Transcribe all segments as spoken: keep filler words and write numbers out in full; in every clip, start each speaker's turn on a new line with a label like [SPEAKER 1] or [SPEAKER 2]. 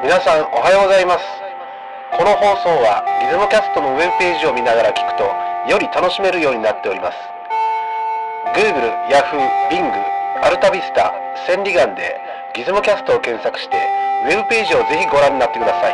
[SPEAKER 1] 皆さんおはようございます。この放送はギズモキャストのウェブページを見ながら聞くとより楽しめるようになっております。 Google、Yahoo、Bing、アルタビスタ、千里眼でギズモキャストを検索してウェブページをぜひご覧になってください。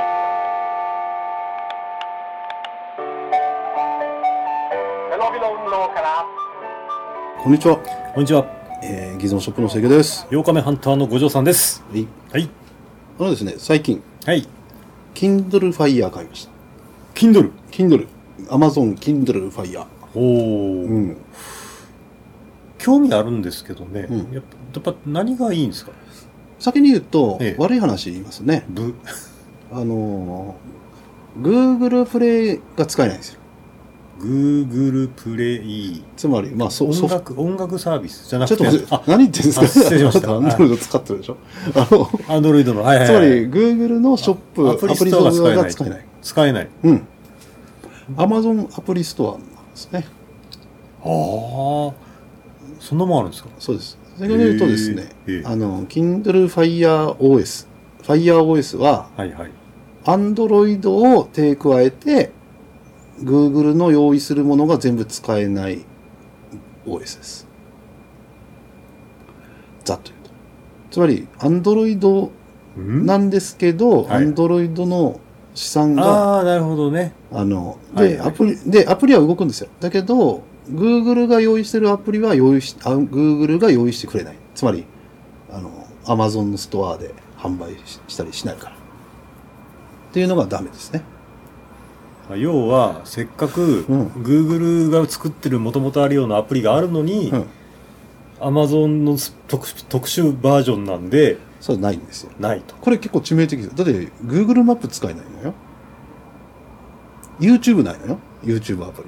[SPEAKER 2] こんにちは。
[SPEAKER 3] こんにちは。
[SPEAKER 2] えー、ギズモショップの関です。
[SPEAKER 3] ようかめハンターの五条さんです。
[SPEAKER 2] はい。
[SPEAKER 3] はい。
[SPEAKER 2] あのですね、最近、
[SPEAKER 3] はい。
[SPEAKER 2] Kindle Fire 買いました。
[SPEAKER 3] Kindle。
[SPEAKER 2] Kindle。Amazon Kindle Fire。
[SPEAKER 3] おー。
[SPEAKER 2] うん。
[SPEAKER 3] 興味あるんですけどね。
[SPEAKER 2] うん、
[SPEAKER 3] やっぱ、やっぱ何がいいんですか？
[SPEAKER 2] 先に言うと、
[SPEAKER 3] ええ、
[SPEAKER 2] 悪い話言いますね。
[SPEAKER 3] ブ。
[SPEAKER 2] あのー、Google プレイが使えないんですよ。
[SPEAKER 3] Google プレイ。
[SPEAKER 2] つまり、まあ、そ
[SPEAKER 3] 音楽、音楽サービスじゃなくて。
[SPEAKER 2] ちょっと待って、何言ってるんですか？
[SPEAKER 3] 失礼しました。
[SPEAKER 2] アンドロイド使ってるでしょ？あの、
[SPEAKER 3] アンドロイドの、はいはい、
[SPEAKER 2] つまり、Google のショップ、
[SPEAKER 3] アプリストアが使えない。
[SPEAKER 2] 使えない。
[SPEAKER 3] 使えない。
[SPEAKER 2] うん。Amazon アプリストアなんですね。
[SPEAKER 3] ああ、そんなもんあるんですか？
[SPEAKER 2] そうです。先ほど言うとですね、
[SPEAKER 3] えーえー、
[SPEAKER 2] あの、Kindle Fire オーエス。Fire オーエス は、
[SPEAKER 3] はいはい。
[SPEAKER 2] Android を手加えて、Google の用意するものが全部使えない オーエス です。ざっと言うと。つまり、Android なんですけど、
[SPEAKER 3] はい、
[SPEAKER 2] Android の資産が、
[SPEAKER 3] ああ、なるほどね。
[SPEAKER 2] あの、で、
[SPEAKER 3] はいはい、
[SPEAKER 2] アプリ、で、アプリは動くんですよ。だけど、Google が用意してるアプリは用意し、あ、Google が用意してくれない。つまり、あの、Amazon のストアで販売したりしないから。っていうのがダメですね。
[SPEAKER 3] 要はせっかく Google が作ってるもともとあるようなアプリがあるのに、うん、Amazon の 特, 特殊バージョンなんで
[SPEAKER 2] そうないんですよ。
[SPEAKER 3] ないと。
[SPEAKER 2] これ結構致命的です。だって Google マップ使えないのよ。YouTube ないのよ。YouTube アプリ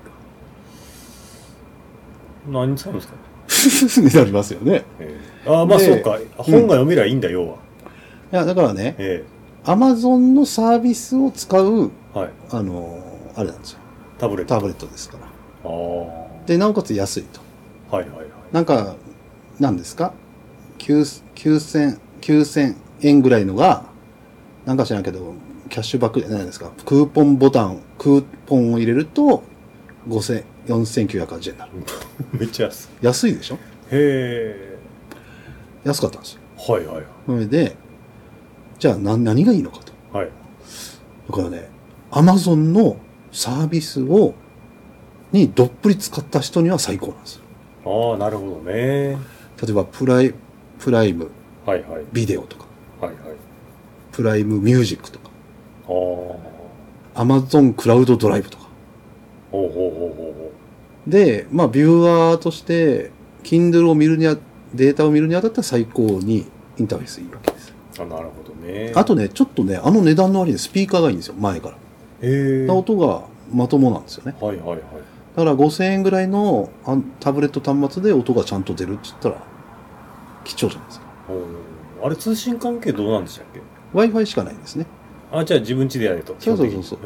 [SPEAKER 3] が。何使うんですか？
[SPEAKER 2] になりますよね。
[SPEAKER 3] えー、ああまあそうか。本が読めりゃいいんだ、うん、要は。
[SPEAKER 2] いやだからね、
[SPEAKER 3] え
[SPEAKER 2] ー、Amazon のサービスを使う、
[SPEAKER 3] はい、
[SPEAKER 2] あのあれなんですよ。
[SPEAKER 3] タブレット。
[SPEAKER 2] タブレットですから。
[SPEAKER 3] あ
[SPEAKER 2] で、なおかつ安いと。
[SPEAKER 3] はいはいはい。
[SPEAKER 2] なんか、何ですか ?きゅうせん、きゅうせんえんぐらいのが、なんか知らんけど、キャッシュバックじゃないですか。クーポンボタン、クーポンを入れると、ごせん、よんせんきゅうひゃくはちじゅうえんになる。
[SPEAKER 3] めっちゃ安い。
[SPEAKER 2] 安いでしょ？
[SPEAKER 3] へ
[SPEAKER 2] ー。安かったんですよ。
[SPEAKER 3] はいはいはい。
[SPEAKER 2] それで、じゃあ何、何がいいのかと。
[SPEAKER 3] はい。
[SPEAKER 2] だからね、Amazon のサービスを、にどっぷり使った人には最高なんです
[SPEAKER 3] よ。ああ、なるほどね。例
[SPEAKER 2] えば、プライ、プライム、
[SPEAKER 3] はいはい。
[SPEAKER 2] ビデオとか、
[SPEAKER 3] はいはい。
[SPEAKER 2] プライムミュージックとか、
[SPEAKER 3] ああ。
[SPEAKER 2] Amazon クラウドドライブとか。
[SPEAKER 3] ほうほうほうほ
[SPEAKER 2] う。で、まあ、ビューアーとして、Kindle を見るにあ、データを見るにあたっては最高にインターフェースいいわけです。
[SPEAKER 3] あ、なるほどね。
[SPEAKER 2] あとね、ちょっとね、あの値段の割にスピーカーがいいんですよ、前から。
[SPEAKER 3] へえ。
[SPEAKER 2] 音がまともなんですよね。
[SPEAKER 3] はいはいはい。
[SPEAKER 2] だからごせんえんぐらいのタブレット端末で音がちゃんと出るって言ったら貴重じゃないですか。
[SPEAKER 3] あれ通信関係どうなんでしたっけ？
[SPEAKER 2] Wi-Fi しかないんですね。
[SPEAKER 3] あ、じゃあ自分家でやると。
[SPEAKER 2] そうそうそうそう。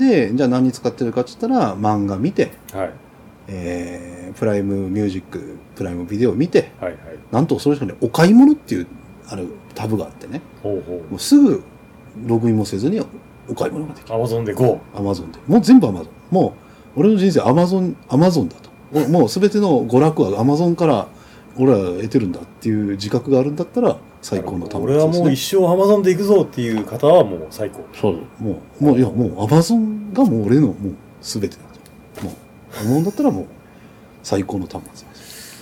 [SPEAKER 2] で、じゃあ何に使ってるかって言ったら漫画見て、はい、えー、プライムミュージック、プライムビデオ見て、はいはい、なんとそれしかね、お買い物っていうあるタブがあってね、ほうほう、もうすぐログインもせずにお買い物ができる。
[SPEAKER 3] アマゾンで ゴー。
[SPEAKER 2] アマゾンで。もう全部アマゾン。もう、俺の人生アマゾン、アマゾンだと。もうすべての娯楽はアマゾンから俺は得てるんだっていう自覚があるんだったら最高の端末ですね。
[SPEAKER 3] 俺はもう一生アマゾンで行くぞっていう方はもう最高。
[SPEAKER 2] そう。もう、もう、いや、もうアマゾンがもう俺のもうすべてだと。もう、思うんだったらもう最高の端末です。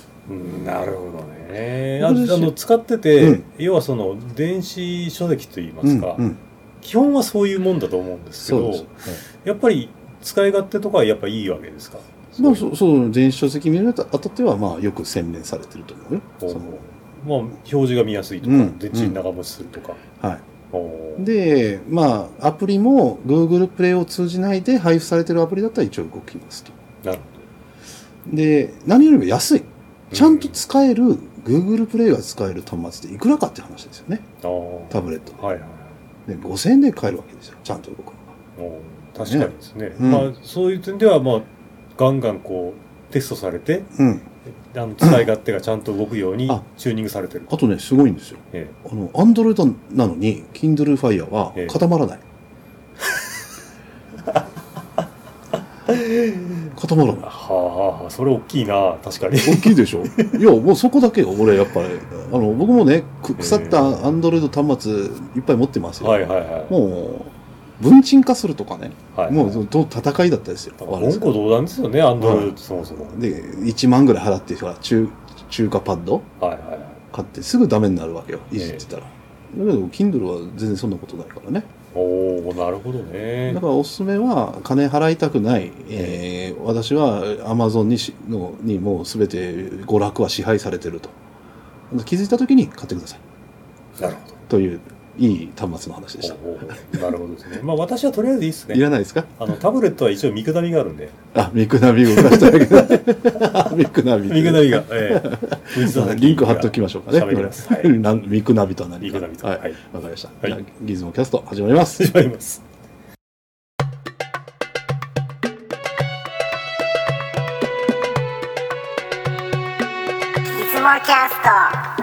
[SPEAKER 3] うん、なるほどね。あの、使ってて、うん、要はその電子書籍といいますか、うんうん、基本はそういうもんだと思うんですけど、はい、やっぱり使い勝手とかはやっぱいいわけですか？
[SPEAKER 2] まあ、そう、そう、電子書籍見るにあたっては、まあ、よく洗練されてると思うよ。その
[SPEAKER 3] まあ、表示が見やすいとか、うん、電池長持ちするとか。
[SPEAKER 2] うん、はい。で、まあ、アプリも Google プレイを通じないで配布されてるアプリだったら一応動きますと。
[SPEAKER 3] なるほど。
[SPEAKER 2] で、何よりも安い。ちゃんと使える、うん、Google プレイが使える端末っていくらかって話ですよね。タブレットで。はいはい。で、ごせんえんで買えるわけですよ。ちゃんと動くのが。
[SPEAKER 3] 確かにですね。ね、うん、まあ、そういう点では、まあ、ガンガンこうテストされて、うん、 あの使い勝手がちゃんと動くようにチューニングされてる。
[SPEAKER 2] あ, あとねすごいんですよ、ええ、あの Android なのに Kindle Fire は固まらない、ええ、固まらない。
[SPEAKER 3] はあ、それ大きいな。確かに
[SPEAKER 2] 大きいでしょ。いやもうそこだけよ。俺やっぱりあの僕もね腐った Android 端末いっぱい持ってますよ、はいはいはい、もう文鎮化するとかね、はいはい、もうと戦いだったですよ。
[SPEAKER 3] 言語道断ですよね、Android ってそもそも。
[SPEAKER 2] でいちまんぐらい払って中中華パッド買ってすぐダメになるわけよ、いじってたら。だけど Kindle は全然そんなことないからね。
[SPEAKER 3] おお、なるほどね。
[SPEAKER 2] だからおすすめは金払いたくない、えー、私は Amazon に, しのにもう全て娯楽は支配されてると気づいた時に買ってください。
[SPEAKER 3] なるほど。
[SPEAKER 2] といういい端末の話でした。
[SPEAKER 3] おお、なるほどですね。まあ私はとりあえずいいですね。
[SPEAKER 2] いらないですか。
[SPEAKER 3] あのタブレットは一応ミクナビがあるんで。
[SPEAKER 2] あ、ミクナビを出しただけだ。ミクナビ。
[SPEAKER 3] ミクナビが、え
[SPEAKER 2] ー、リンク貼っておきましょうかね。喋ります。はい、ミクナビとは何か。
[SPEAKER 3] ミクナビと。
[SPEAKER 2] はい。わ、はい、かりました。はい、ギズモキャスト始まります。
[SPEAKER 3] 始まります。
[SPEAKER 4] ギズモキャスト。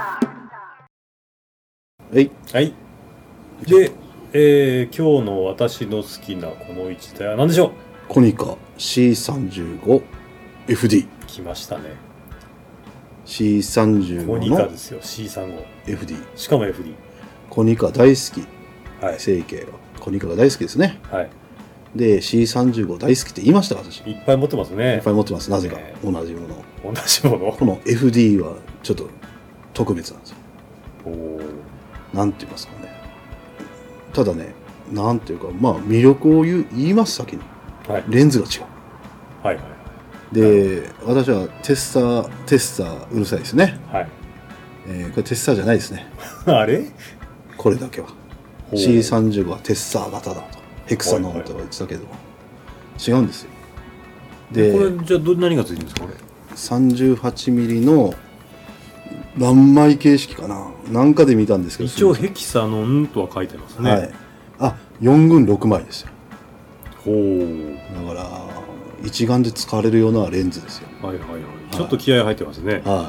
[SPEAKER 2] はい、
[SPEAKER 3] はい、で、えー、今日の私の好きなこのいちだいは何でしょう。
[SPEAKER 2] コニカ シーさんじゅうごエフディー
[SPEAKER 3] 来ましたね。
[SPEAKER 2] シーさんじゅうご の
[SPEAKER 3] コニカですよ。 シーさんじゅうご
[SPEAKER 2] エフディー
[SPEAKER 3] しかも エフディー。
[SPEAKER 2] コニカ大好き、
[SPEAKER 3] はい、
[SPEAKER 2] 成形はコニカが大好きですね。
[SPEAKER 3] はい。
[SPEAKER 2] で シーさんじゅうご 大好きって言いました私。
[SPEAKER 3] いっぱい持ってますね。
[SPEAKER 2] いっぱい持ってます。なぜか、えー、同じもの
[SPEAKER 3] 同じもの。
[SPEAKER 2] この エフディー はちょっと特別なんですよ。
[SPEAKER 3] おお。
[SPEAKER 2] なんて言いますかね。ただね、なんていうか、まあ魅力を言う言います先に、はい、レンズが違う。
[SPEAKER 3] はいはい。
[SPEAKER 2] で、私はテッサーテッサーうるさいですね。
[SPEAKER 3] はい。
[SPEAKER 2] えー、これテッサーじゃないですね。
[SPEAKER 3] あれ？
[SPEAKER 2] これだけは シーさんじゅうご はテッサー型だとヘクサノンとか言ってたけど、はいはい、違うんですよ。
[SPEAKER 3] で、これじゃあど何がついてるんですかこれ？
[SPEAKER 2] さんじゅうはちミリの何枚形式かな、なんかで見たんですけど、
[SPEAKER 3] 一応ヘキサノンとは書いてますね。
[SPEAKER 2] はい。あ、よん群ろくまいですよ。
[SPEAKER 3] ほう。
[SPEAKER 2] だから一眼で使われるようなレンズですよ。
[SPEAKER 3] はいはいはい。ちょっと気合入ってますね。
[SPEAKER 2] はい。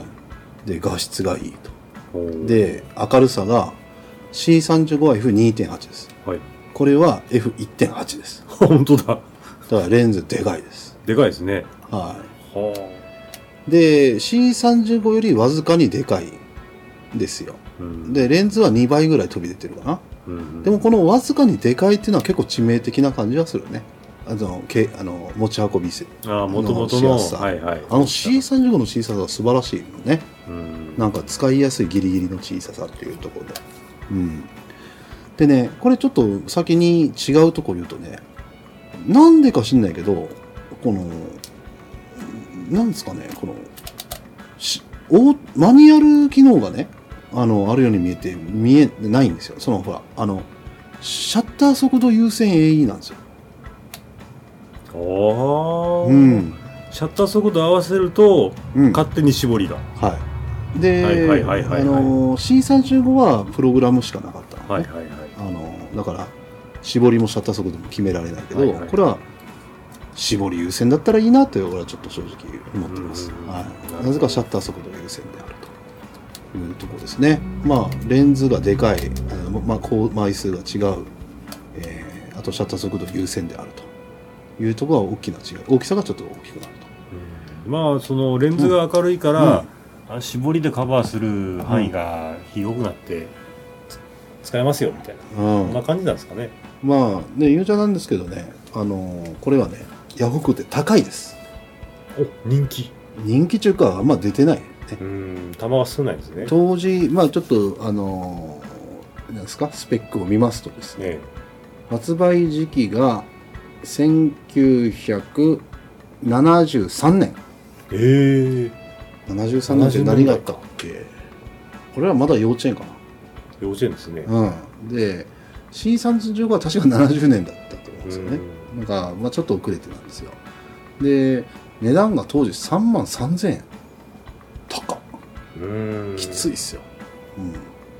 [SPEAKER 2] で画質がいいと。で明るさが シーさんじゅうご は エフにてんはち です。はい。これは エフいってんはち です。
[SPEAKER 3] 本当だ。
[SPEAKER 2] だからレンズでかいです。
[SPEAKER 3] でかいですね。
[SPEAKER 2] はい。はあ。で シーさんじゅうご よりわずかにでかいですよ、うん、でレンズはにばいぐらい飛び出てるかな、うんうん、でもこのわずかにでかいっていうのは結構致命的な感じはするね。あのけあの持ち運びせ
[SPEAKER 3] あもともとの、
[SPEAKER 2] はいはい、あの シーさんじゅうご の小ささは素晴らしいよね、うん、なんか使いやすいギリギリの小ささっていうところで、うん、でねこれちょっと先に違うところ言うとね、なんでか知んないけどこのなんですかね、このおマニュアル機能がね あのあるように見えて見えないんですよ。そのほらあのシャッター速度優先 エーイー なんですよ。
[SPEAKER 3] ああ、うん、シャッター速度合わせると、うん、勝手に絞りが、
[SPEAKER 2] はい、で シーさんじゅうご はプログラムしかなかったの、ね、はいはいはい、あのだから絞りもシャッター速度も決められないけど、はいはい、これは絞り優先だったらいいなと俺はちょっと正直思ってます。はい、なぜかシャッター速度優先であるというところですね。まあレンズがでかい、まあ、こう枚数が違う、えー、あとシャッター速度優先であるというところは大きな違い、大きさがちょっと大きくなると。
[SPEAKER 3] うん、まあそのレンズが明るいから、うん、絞りでカバーする範囲が広くなって、うん、使えますよみたいな、うん、そんな感じなんですかね。
[SPEAKER 2] まあね言うちゃなんですけどね、あのー、これはねヤフオクって高いです。
[SPEAKER 3] お、人気
[SPEAKER 2] 人気中かあんま出てない、ね、
[SPEAKER 3] うん玉が少ないですね。
[SPEAKER 2] 当時まあちょっとあのー、なんですかスペックを見ますとですね、ええ、発売時期がせんきゅうひゃくななじゅうさんねん。
[SPEAKER 3] え
[SPEAKER 2] えななじゅうさんねんって何があったっけ。これはまだ幼稚園かな。
[SPEAKER 3] 幼稚園ですね。
[SPEAKER 2] うん。で シーさんじゅうご は確かななじゅうねんだったと思うんですよね。なんか、まあ、ちょっと遅れてなんですよ。で値段が当時さんまんさんぜんえん。高っ。うんきついっすよ、うん、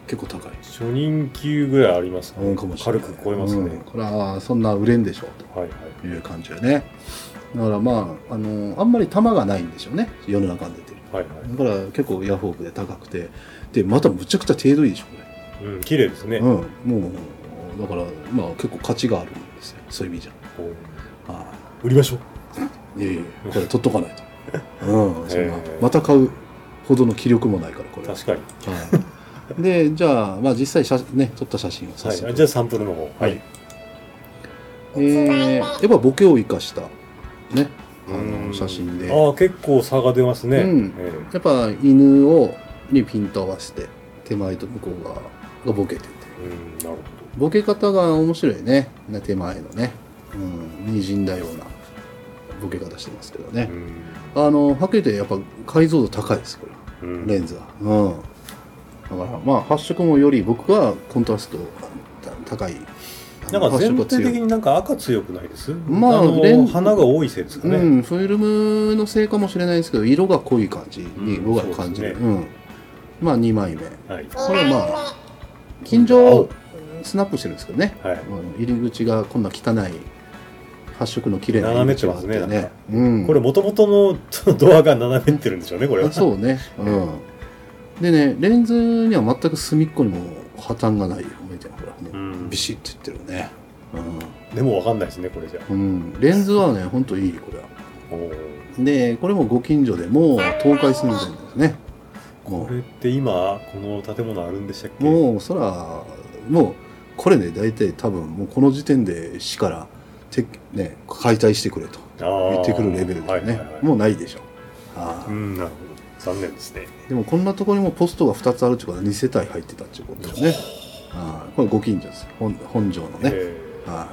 [SPEAKER 2] 結構高い。
[SPEAKER 3] 初任給ぐらいありますかね、
[SPEAKER 2] うん、かもしれない。
[SPEAKER 3] 軽く超えますね、うん、
[SPEAKER 2] これはそんな売れんでしょうという感じだね、はいはい、だからまああのあんまり玉がないんでしょうね、世の中に出てる、はいはい、だから結構ヤフオクで高くて、でまたむちゃくちゃ程度いいでしょこ
[SPEAKER 3] れ、うん、綺麗ですね、
[SPEAKER 2] うん、もうだからまあ結構価値があるんですよ、そういう意味じゃ。
[SPEAKER 3] ああ、売りましょ
[SPEAKER 2] う。いやいや、これ取っとかないとうん、そんなまた買うほどの気力もないからこれ。
[SPEAKER 3] 確かに、
[SPEAKER 2] はい、でじゃあ、まあ、実際写、ね、撮った写真を早速、
[SPEAKER 3] はい、じゃあサンプルの方、はい、
[SPEAKER 2] えー、やっぱボケを生かしたね、あの写真で、
[SPEAKER 3] ああ結構差が出ますね、うん、
[SPEAKER 2] えー、やっぱ犬をにピント合わせて手前と向こう側がボケてて、
[SPEAKER 3] うん、なるほど、
[SPEAKER 2] ボケ方が面白いね、手前のね、うん、にじんだようなボケ方してますけどね、うん、あのはっきり言ってやっぱ解像度高いですこれ、うん、レンズは、うん、だからまあ発色もより僕はコントラスト高い、
[SPEAKER 3] なんか全体的になんか赤強くないです？まあ、あの花が多いせいですかね、
[SPEAKER 2] うん、フィルムのせいかもしれないですけど色が濃い感じに僕は感じる、うん、うん、まあにまいめ、はい、これはまあ近所スナップしてるんですけどね、はい、入り口がこんな汚い発色の綺麗な
[SPEAKER 3] 斜めってますね、ね、うん、これもともとのドアが斜めってるんでしょうね、これは。
[SPEAKER 2] そうね、うん、でね、レンズには全く隅っこにも破綻がないよみたいな、ほらね、うん、ビシッて言ってるね、
[SPEAKER 3] うん、でも分かんないですねこれじゃ、
[SPEAKER 2] うん、レンズはねほんといいこれは。でこれもご近所でもう倒壊寸前ですね。
[SPEAKER 3] これって今この建物あるんでしたっけ？
[SPEAKER 2] もうそらもうこれね大体多分もうこの時点で市からね、解体してくれと言ってくるレベルでね、はいはいはい、もうないでしょ。あ、
[SPEAKER 3] うん、なるほど、残念ですね。
[SPEAKER 2] でもこんなところにもポストがふたつあるっていうことはに世帯入ってたっていうことですね。あ、これご近所です、 本, 本庄のね。はい、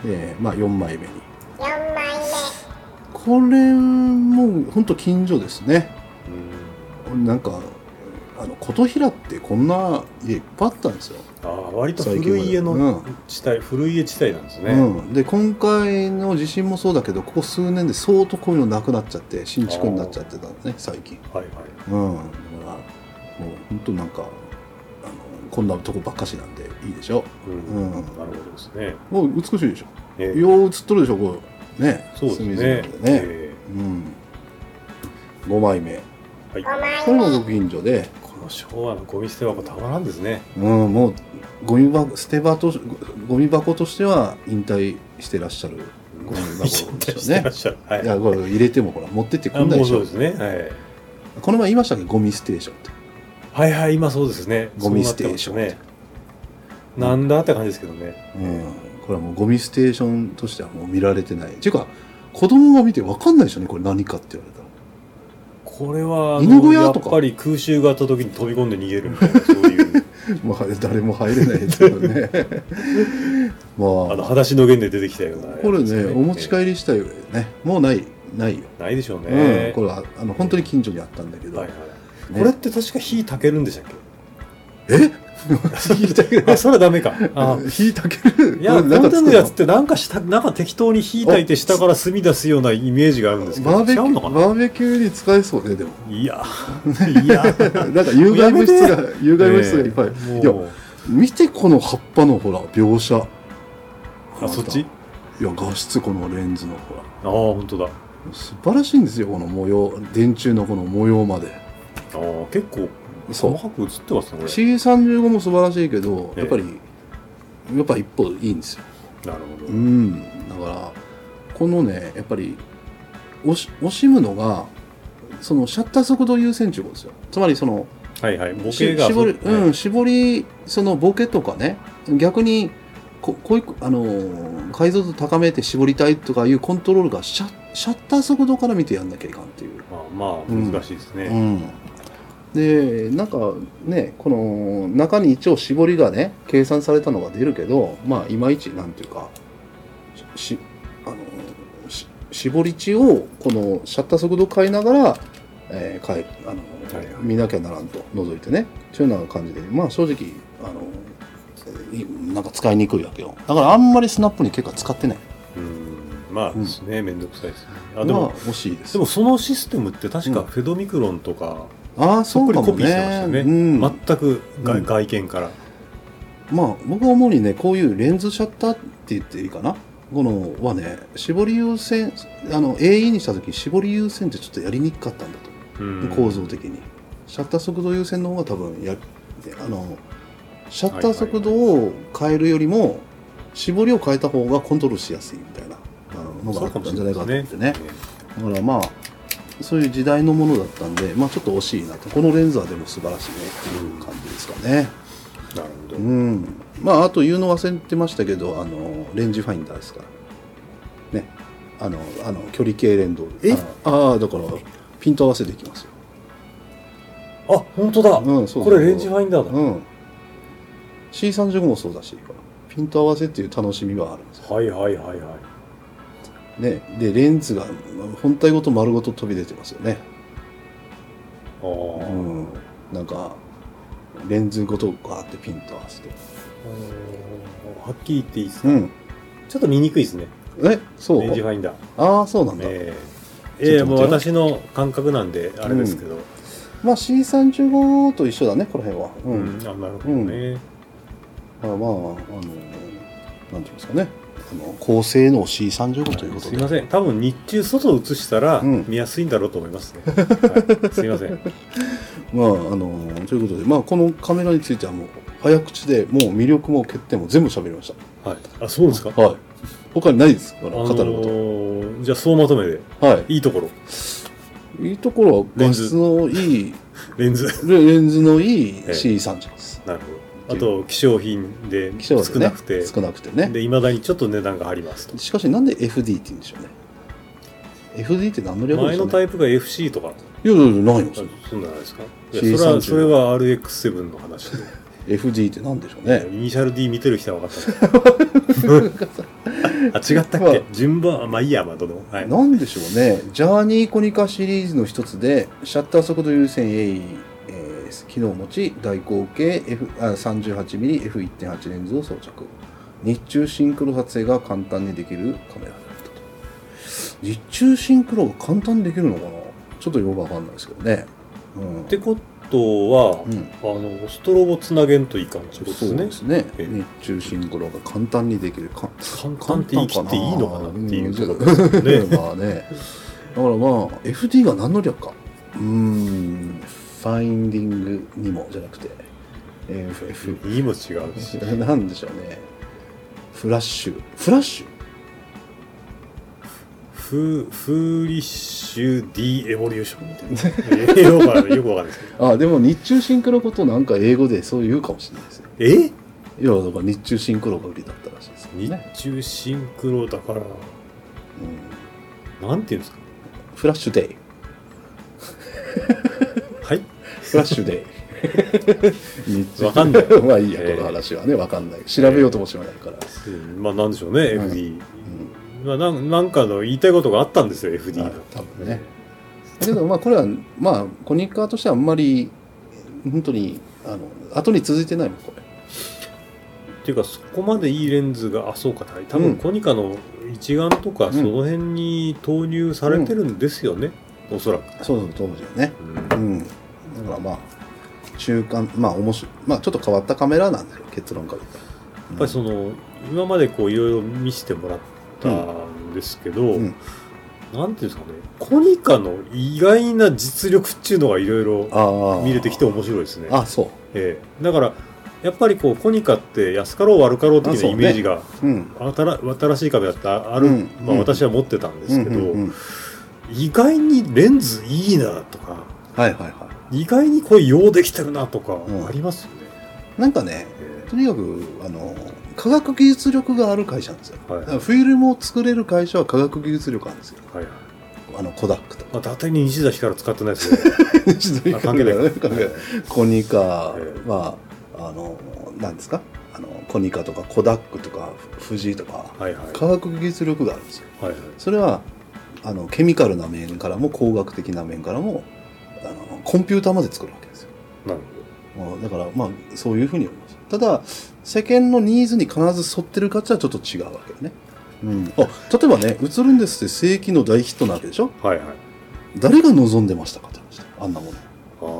[SPEAKER 2] でまあよんまいめに
[SPEAKER 4] よんまいめ、
[SPEAKER 2] これもうほんと近所ですね。うん、なんかあの琴平ってこんな家いっぱいあったんですよ。
[SPEAKER 3] あ、割と古い家の地帯、うん、古い家地帯なんですね、
[SPEAKER 2] うん、で今回の地震もそうだけどここ数年で相当こういうのなくなっちゃって新築になっちゃってたんですね最近。はいはい、うん、だからもう本当なんかあのこんなとこばっかしなんでいいでしょ、うんうん、なる
[SPEAKER 3] ほどですね。
[SPEAKER 2] もう美しいでしょ、えー、よう映っとるでしょこうね。
[SPEAKER 3] そうですね、
[SPEAKER 2] ね、えー、うん、ごまいめ、はい、これもご近所で、
[SPEAKER 3] 昭和のゴミ捨て箱たまらんですね。
[SPEAKER 2] うん、もうゴミ箱捨て場とゴミ箱としては引退してらっしゃるゴミ箱ですよね。はい、いやこれ入れてもほら持ってってくんないでしょ。
[SPEAKER 3] そうですね、はい、
[SPEAKER 2] この前言いましたっけ、ゴミステーションって。
[SPEAKER 3] はいはい、今そうですね、
[SPEAKER 2] ゴミステーションね、
[SPEAKER 3] なんだって感じですけどね、
[SPEAKER 2] うん、これはもうゴミステーションとしてはもう見られてないっていうか、子供が見て分かんないでしょうねこれ何かって言われたら。
[SPEAKER 3] これは犬小屋とかやっぱり空襲があった時に飛び込んで逃げるみたいなそういう
[SPEAKER 2] まあ誰も入れないですけどねまあ、
[SPEAKER 3] あの裸足の弦で出てきたような、
[SPEAKER 2] これねお持ち帰りしたよね、もうないないよ、
[SPEAKER 3] ないでしょうね、
[SPEAKER 2] うん、これはあの本当に近所にあったんだけど、はいはい、
[SPEAKER 3] ね、これって確か火炊けるんでしたっけ？
[SPEAKER 2] え火炊ける
[SPEAKER 3] あ、それはダメか。あ、
[SPEAKER 2] 火炊ける。
[SPEAKER 3] いや、この手のやつってなんかしたなんか適当に火炊いて下から炭出すようなイメージがあるんですけど、
[SPEAKER 2] バーベキュー、バーベキューに使えそうね。でも
[SPEAKER 3] いやいや
[SPEAKER 2] なんか有害物質が有害物質がいっぱい、えー、いや見てこの葉っぱのほら描写、
[SPEAKER 3] あ、そっち、い
[SPEAKER 2] や画質、このレンズのほら、
[SPEAKER 3] ああ本当だ、
[SPEAKER 2] 素晴らしいんですよこの模様、電柱のこの模様まで。
[SPEAKER 3] ああ結構細かく映ってますねこれ。
[SPEAKER 2] シーさんじゅうご も素晴らしいけど、やっぱりやっぱ一歩いいんですよ。
[SPEAKER 3] なるほど。
[SPEAKER 2] うん、だからこのねやっぱり惜し惜しむのがそのシャッター速度優先ということですよ。つまりその
[SPEAKER 3] はいはい、ボケが
[SPEAKER 2] 絞り、はい、うん、絞り、そのボケとかね、逆にここういうあの解像度高めて絞りたいとかいうコントロールがシャシャッター速度から見てやんなきゃいかんっていう。
[SPEAKER 3] まあまあ難しいですね。
[SPEAKER 2] うんうんでなんかねこの中に一応絞りがね計算されたのが出るけど、まあいまいちなんていうかしあのし絞り値をこのシャッター速度変えながら、えー、変えあの、はいはい、見なきゃならんと除いてね、そういうような感じで、まあ正直あのなんか使いにくいわけよ。だからあんまりスナップに結構使ってない。
[SPEAKER 3] うん、まあですね、めんどくさいですね。
[SPEAKER 2] あでも、まあ、惜しいです。
[SPEAKER 3] でもそのシステムって確かフェドミクロンとか、
[SPEAKER 2] ああそうかもね、
[SPEAKER 3] そっくりコピーしてましたね、うん、全く外、うん、外見から。
[SPEAKER 2] まあ僕は主にねこういうレンズシャッターって言っていいかな、このはね絞り優先、あの エーイー にした時絞り優先ってちょっとやりにくかったんだと、うん、構造的にシャッター速度優先の方が多分やあのシャッター速度を変えるよりも絞りを変えた方がコントロールしやすいみたいなのがあったんじゃないかと思ってね。だからまあそういう時代のものだったんで、まあちょっと惜しいなと。このレンズはでも素晴らしいねっていう感じですかね。
[SPEAKER 3] なるほど。
[SPEAKER 2] うん。まああと言うの忘れてましたけど、あのレンジファインダーですからね。あのあの距離計レンド。
[SPEAKER 3] え？
[SPEAKER 2] ああだからピント合わせできますよ。
[SPEAKER 3] あ、本当だ。
[SPEAKER 2] うん、そうそう。
[SPEAKER 3] これレンジファインダーだ。
[SPEAKER 2] うん。シーさんじゅうご もそうだし、ピント合わせっていう楽しみはあるんですよ。
[SPEAKER 3] はいはいはいはい。
[SPEAKER 2] ね、でレンズが本体ごと丸ごと飛び出てますよね。
[SPEAKER 3] ああ、
[SPEAKER 2] うん、なんかレンズごとガーってピント合わせて。
[SPEAKER 3] はっきり言っていいですか、
[SPEAKER 2] うん、
[SPEAKER 3] ちょっと見にくいですね。
[SPEAKER 2] え、そう
[SPEAKER 3] レンジファインダー。
[SPEAKER 2] ああ、そうなんだ。
[SPEAKER 3] えー、えー、もう私の感覚なんであれですけど、うん、
[SPEAKER 2] まあ シーさんじゅうご と一緒だね、この辺は。
[SPEAKER 3] うん、うん、あ、なるほどね。
[SPEAKER 2] うん、まあまあ、あのなんていうんですかね、あの高性能 シーさんじゅうご ということで、
[SPEAKER 3] すいません、多分日中外映したら見やすいんだろうと思いますね、うんはい、すいません
[SPEAKER 2] まああのということで、まあ、このカメラについてはもう早口でもう魅力も欠点も全部喋りまし
[SPEAKER 3] た。はい、あ、そうですか。
[SPEAKER 2] はい、他にないですから、語ること、あの
[SPEAKER 3] ー、じゃあ総まとめで、
[SPEAKER 2] はい、
[SPEAKER 3] いいとこ
[SPEAKER 2] ろいいところは画質のいい
[SPEAKER 3] レンズ
[SPEAKER 2] レンズのいい シーさんじゅうご です。
[SPEAKER 3] なるほど。あと希少品で少なくて、
[SPEAKER 2] ね、少なくてね。
[SPEAKER 3] で未だにちょっと値段が張りますと。
[SPEAKER 2] しかしなんで エフディー って言うんでしょうね。エフディー って何の略ですかね。
[SPEAKER 3] 前のタイプが エフシー とか。
[SPEAKER 2] いやいやいやないよ。
[SPEAKER 3] そうなんですか。いやそれはそれは アールエックスセブン の話で。
[SPEAKER 2] エフディー って何でしょうね。
[SPEAKER 3] イニシャル D 見てる人は分かったあ、違ったっけ、まあ、順番、まあいいや、まあどうでも、はい、
[SPEAKER 2] なんでしょうね。ジャーニーコニカシリーズの一つでシャッター速度優先 エーイー機能を持ち大口径 F あ さんじゅうはちミリエフいってんはち レンズを装着。日中シンクロ撮影が簡単にできるカメラであったと。日中シンクロが簡単にできるのかな、ちょっとよくわかんないですけどね、うん、
[SPEAKER 3] ってことは、うん、あのストロボつなげんといかんってことですね。
[SPEAKER 2] そうですね。日中シンクロが簡単にできるか
[SPEAKER 3] 簡単って言い切っていいのかなっていうところですね。
[SPEAKER 2] まあね、だからまあ エフディー が何の略か、うーんファインディングにもじゃなくて エフエフ
[SPEAKER 3] にも違うし
[SPEAKER 2] なんでしょうね。フラッシュフラッシュ
[SPEAKER 3] フフーリッシュ D エボリューションみたいなよくわかんないよくわかんないですけど、
[SPEAKER 2] あでも日中シンクロことなんか英語でそう言うかもしれないですよ。
[SPEAKER 3] え
[SPEAKER 2] いやだから日中シンクロが売りだったらしいですよね。
[SPEAKER 3] 日中シンクロだから、うん、なんていうんですか。
[SPEAKER 2] フラッシュデイ
[SPEAKER 3] はい
[SPEAKER 2] フラッシュデ
[SPEAKER 3] イわかんない
[SPEAKER 2] まあいいや、この話はね、わかんない、調べようともしないから、
[SPEAKER 3] えー、まあなんでしょうね、うん、エフディー、うんまあ、なん、なんかの言いたいことがあったんですよ エフディー が
[SPEAKER 2] 多分ね。だけどまあこれはまあコニカとしてはあんまり本当にあの後に続いてないのこれ
[SPEAKER 3] っていうか、そこまでいいレンズが、あ、そうか、多分コニカの一眼とかその辺に投入されてるんですよね、うん、おそらく。
[SPEAKER 2] そうそう、当時はね、うん、うん、だからまあ中間、まあ面白い、まあちょっと変わったカメラなんですよ、結論から言ったら。
[SPEAKER 3] やっぱりその今までこういろいろ見せてもらったんですけど、うんうん、なんていうんですかね、コニカの意外な実力っていうのがいろいろ見れてきて面白いですね。
[SPEAKER 2] ああ、そう、
[SPEAKER 3] ええ、だからやっぱりこうコニカって安かろう悪かろう的なイメージが、ね、うん、新しいカメラってある、うん、まあ、私は持ってたんですけど、うんうんうん、意外にレンズいいなとか、
[SPEAKER 2] はいはいはい、
[SPEAKER 3] 意外にこれ用できてるなとかありますよね、
[SPEAKER 2] うん、なんかね、えー、とにかくあの科学技術力がある会社なんですよ、はい、だからフィルムを作れる会社は科学技術力あるんですよ、はいはい、あのコダックとか、
[SPEAKER 3] まあ、伊達に西田光使ってないですね関係ない、
[SPEAKER 2] コニカ、えー、まああのなんですか、あのコニカとかコダックとか富士とか、はいはい、科学技術力があるんですよ、はいはい、それはあのケミカルな面からも工学的な面からもあのコンピューターまで作るわけですよ。
[SPEAKER 3] なるほ
[SPEAKER 2] ど。だからまあそういうふうに思います。ただ世間のニーズに必ず沿ってるかつはちょっと違うわけよね、うん、あ例えばね、映るんですって世紀の大ヒットなわけでしょ、はいはい、誰が望んでましたかって話だ、あんなもの。
[SPEAKER 3] あ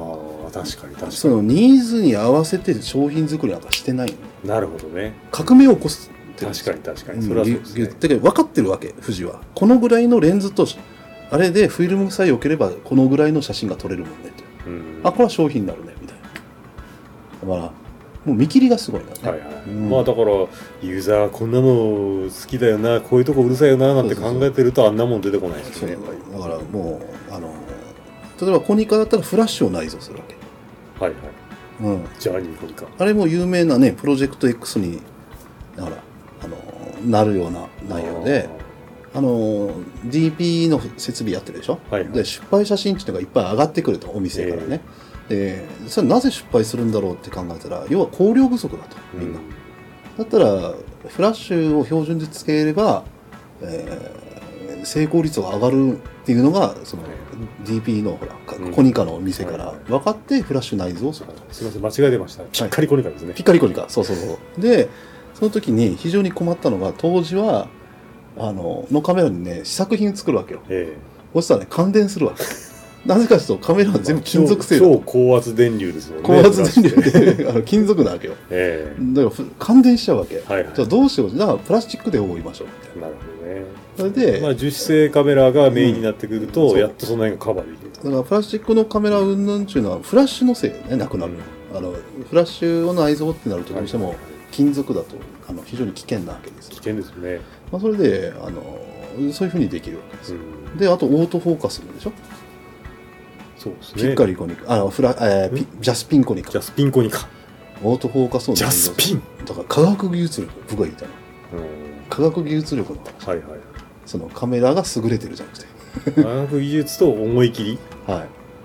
[SPEAKER 3] あ確かに確かに。
[SPEAKER 2] そのニーズに合わせて商品作りなんかしてないの。
[SPEAKER 3] なるほどね。
[SPEAKER 2] 革命を起こすって
[SPEAKER 3] 確かに確かに、それはそうですね。
[SPEAKER 2] 言ってけど分かってるわけ、富士は。このぐらいのレンズとあれでフィルムさえ良ければこのぐらいの写真が撮れるもんねと、うん、あこれは商品になるねみたいな。だからもう見切りがすごいな、ね。
[SPEAKER 3] はいはい。うん、まあだからユーザーこんなの好きだよな、こういうとこうるさいよななんて考えてるとあんなもん出てこないですよね。
[SPEAKER 2] だからもうあの例えばコニカだったらフラッシュを内蔵するわけ。
[SPEAKER 3] はいはい。うん。ジャーニーコニカ。
[SPEAKER 2] あれも有名なねプロジェクト X にだからあのなるような内容で。あの ディーピー の設備やってるでしょ、はいはい、で出廃写真っていうのがいっぱい上がってくるとお店からね、えー、でそれなぜ出廃するんだろうって考えたら要は光量不足だとみんな、うん、だったらフラッシュを標準でつければ、えー、成功率が上がるっていうのがその ディーピー のほら、うん、コニカのお店から分かってフラッシュ内蔵すると、
[SPEAKER 3] すみません間違えてました。ピッカリコニカですね、はい、
[SPEAKER 2] ピッカリコニカそうそうそうでその時に非常に困ったのが当時はあののカメラにね試作品作るわけよ、ええ、そしたらね感電するわけなぜかというとカメラは全部金属製だ、
[SPEAKER 3] 超高圧電流ですよね。
[SPEAKER 2] 高圧電流であの金属なわけよ、ええ、だから感電しちゃうわけ、はいはい、じゃあどうしよう、だからプラスチックで覆いましょうみたいな。なるほどね。それで、
[SPEAKER 3] まあ、樹脂製カメラがメインになってくると、うん、やっとその辺がカバーできると。
[SPEAKER 2] だからプラスチックのカメラ云々っていうのはフラッシュのせいでねなくなる、うん、あのフラッシュを内蔵ってなるとどうしても金属だとあの非常に危険なわけです。
[SPEAKER 3] 危険ですよね。
[SPEAKER 2] まあ、それであのそういうふうにできるわけです、うん、であとオートフォーカスでしょ。
[SPEAKER 3] そうですね。
[SPEAKER 2] ピッカリコニカあのフラ、えー、ピジャスピンコニカ
[SPEAKER 3] ジャスピンコニカ
[SPEAKER 2] オートフォーカスの
[SPEAKER 3] ジャスピン
[SPEAKER 2] だから科学技術力僕が言いたいの、うん、科学技術力の話、はいはい、そのカメラが優れてるじゃなくて
[SPEAKER 3] 科学技術と思い切り、
[SPEAKER 2] はい、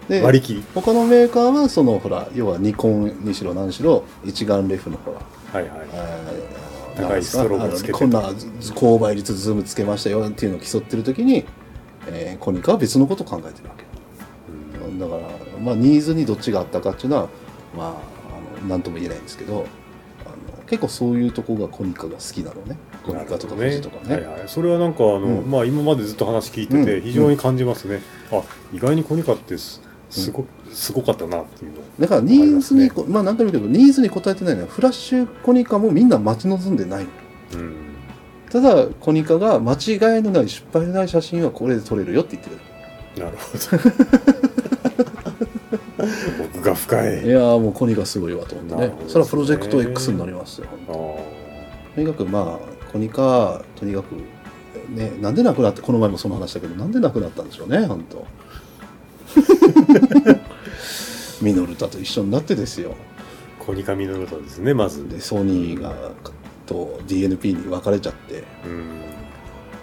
[SPEAKER 2] で
[SPEAKER 3] 割り切り
[SPEAKER 2] 他のメーカーはそのほら要はニコンにしろ何しろ一眼レフのほら、はいはい、えー
[SPEAKER 3] 高いストロークつけて
[SPEAKER 2] こんな高倍率ズームつけましたよっていうのを競ってる時に、えー、コニカは別のことを考えてるわけ、うん、だから、まあ、ニーズにどっちがあったかっていうのはまあ、あの何とも言えないんですけどあの結構そういうところがコニカが好きなのね。コニカとか富士とかね、はいはい、
[SPEAKER 3] それはなんかあの、うんまあ、今までずっと話聞いてて非常に感じますね、うん、あ意外にコニカってすすご、うん、すごかったなっていうの、
[SPEAKER 2] だからニーズに、ま, まあ何回も言うけどニーズに応えてないのはフラッシュコニカもみんな待ち望んでない、うん、ただコニカが間違いのない失敗のない写真はこれで撮れるよって言ってる。
[SPEAKER 3] なるほど僕が深い。
[SPEAKER 2] いやもうコニカすごいわと思ってね。それはプロジェクト X になりますよ。とにかくまあコニカとにかくねなんでなくなってこの前もその話だけどなんでなくなったんでしょうね本当。ミノルタと一緒になってですよ。
[SPEAKER 3] コニカミノルタですねまず。
[SPEAKER 2] でソニーがと ディーエヌピー に分かれちゃって、うん、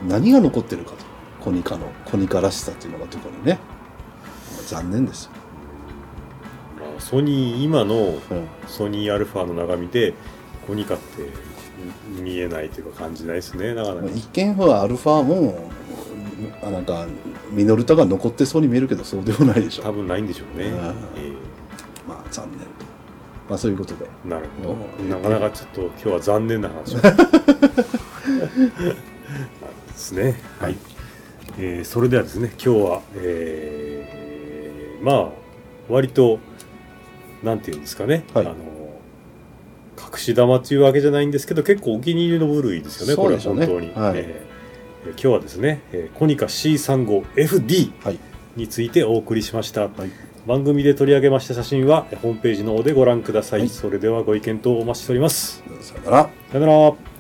[SPEAKER 2] 何が残ってるかとコニカのコニカらしさっていうのがところにね残念ですよ。
[SPEAKER 3] まあ、ソニー今のソニーアルファの中身でコニカって見えないというか感じないですねなかなか。
[SPEAKER 2] 一見はアルファもなんかミノルタが残ってそうに見えるけどそうでもないでしょ。
[SPEAKER 3] 多分ないんでしょうね、えー、
[SPEAKER 2] まあ残念、まあそういうことで。
[SPEAKER 3] なるほど。なかなかちょっと今日は残念な話ですね。はい、えー、それではですね今日は、えー、まあ割となんていうんですかね、はい、あの隠し玉っていうわけじゃないんですけど結構お気に入りの部類ですよね。これは本当に、はい、えー今日はですね、えー、コニカ シーさんじゅうごエフディー についてお送りしました、はい、番組で取り上げました写真はホームページの方でご覧ください、はい、それではご意見等お待ちしております。
[SPEAKER 2] さよなら。
[SPEAKER 3] さよなら。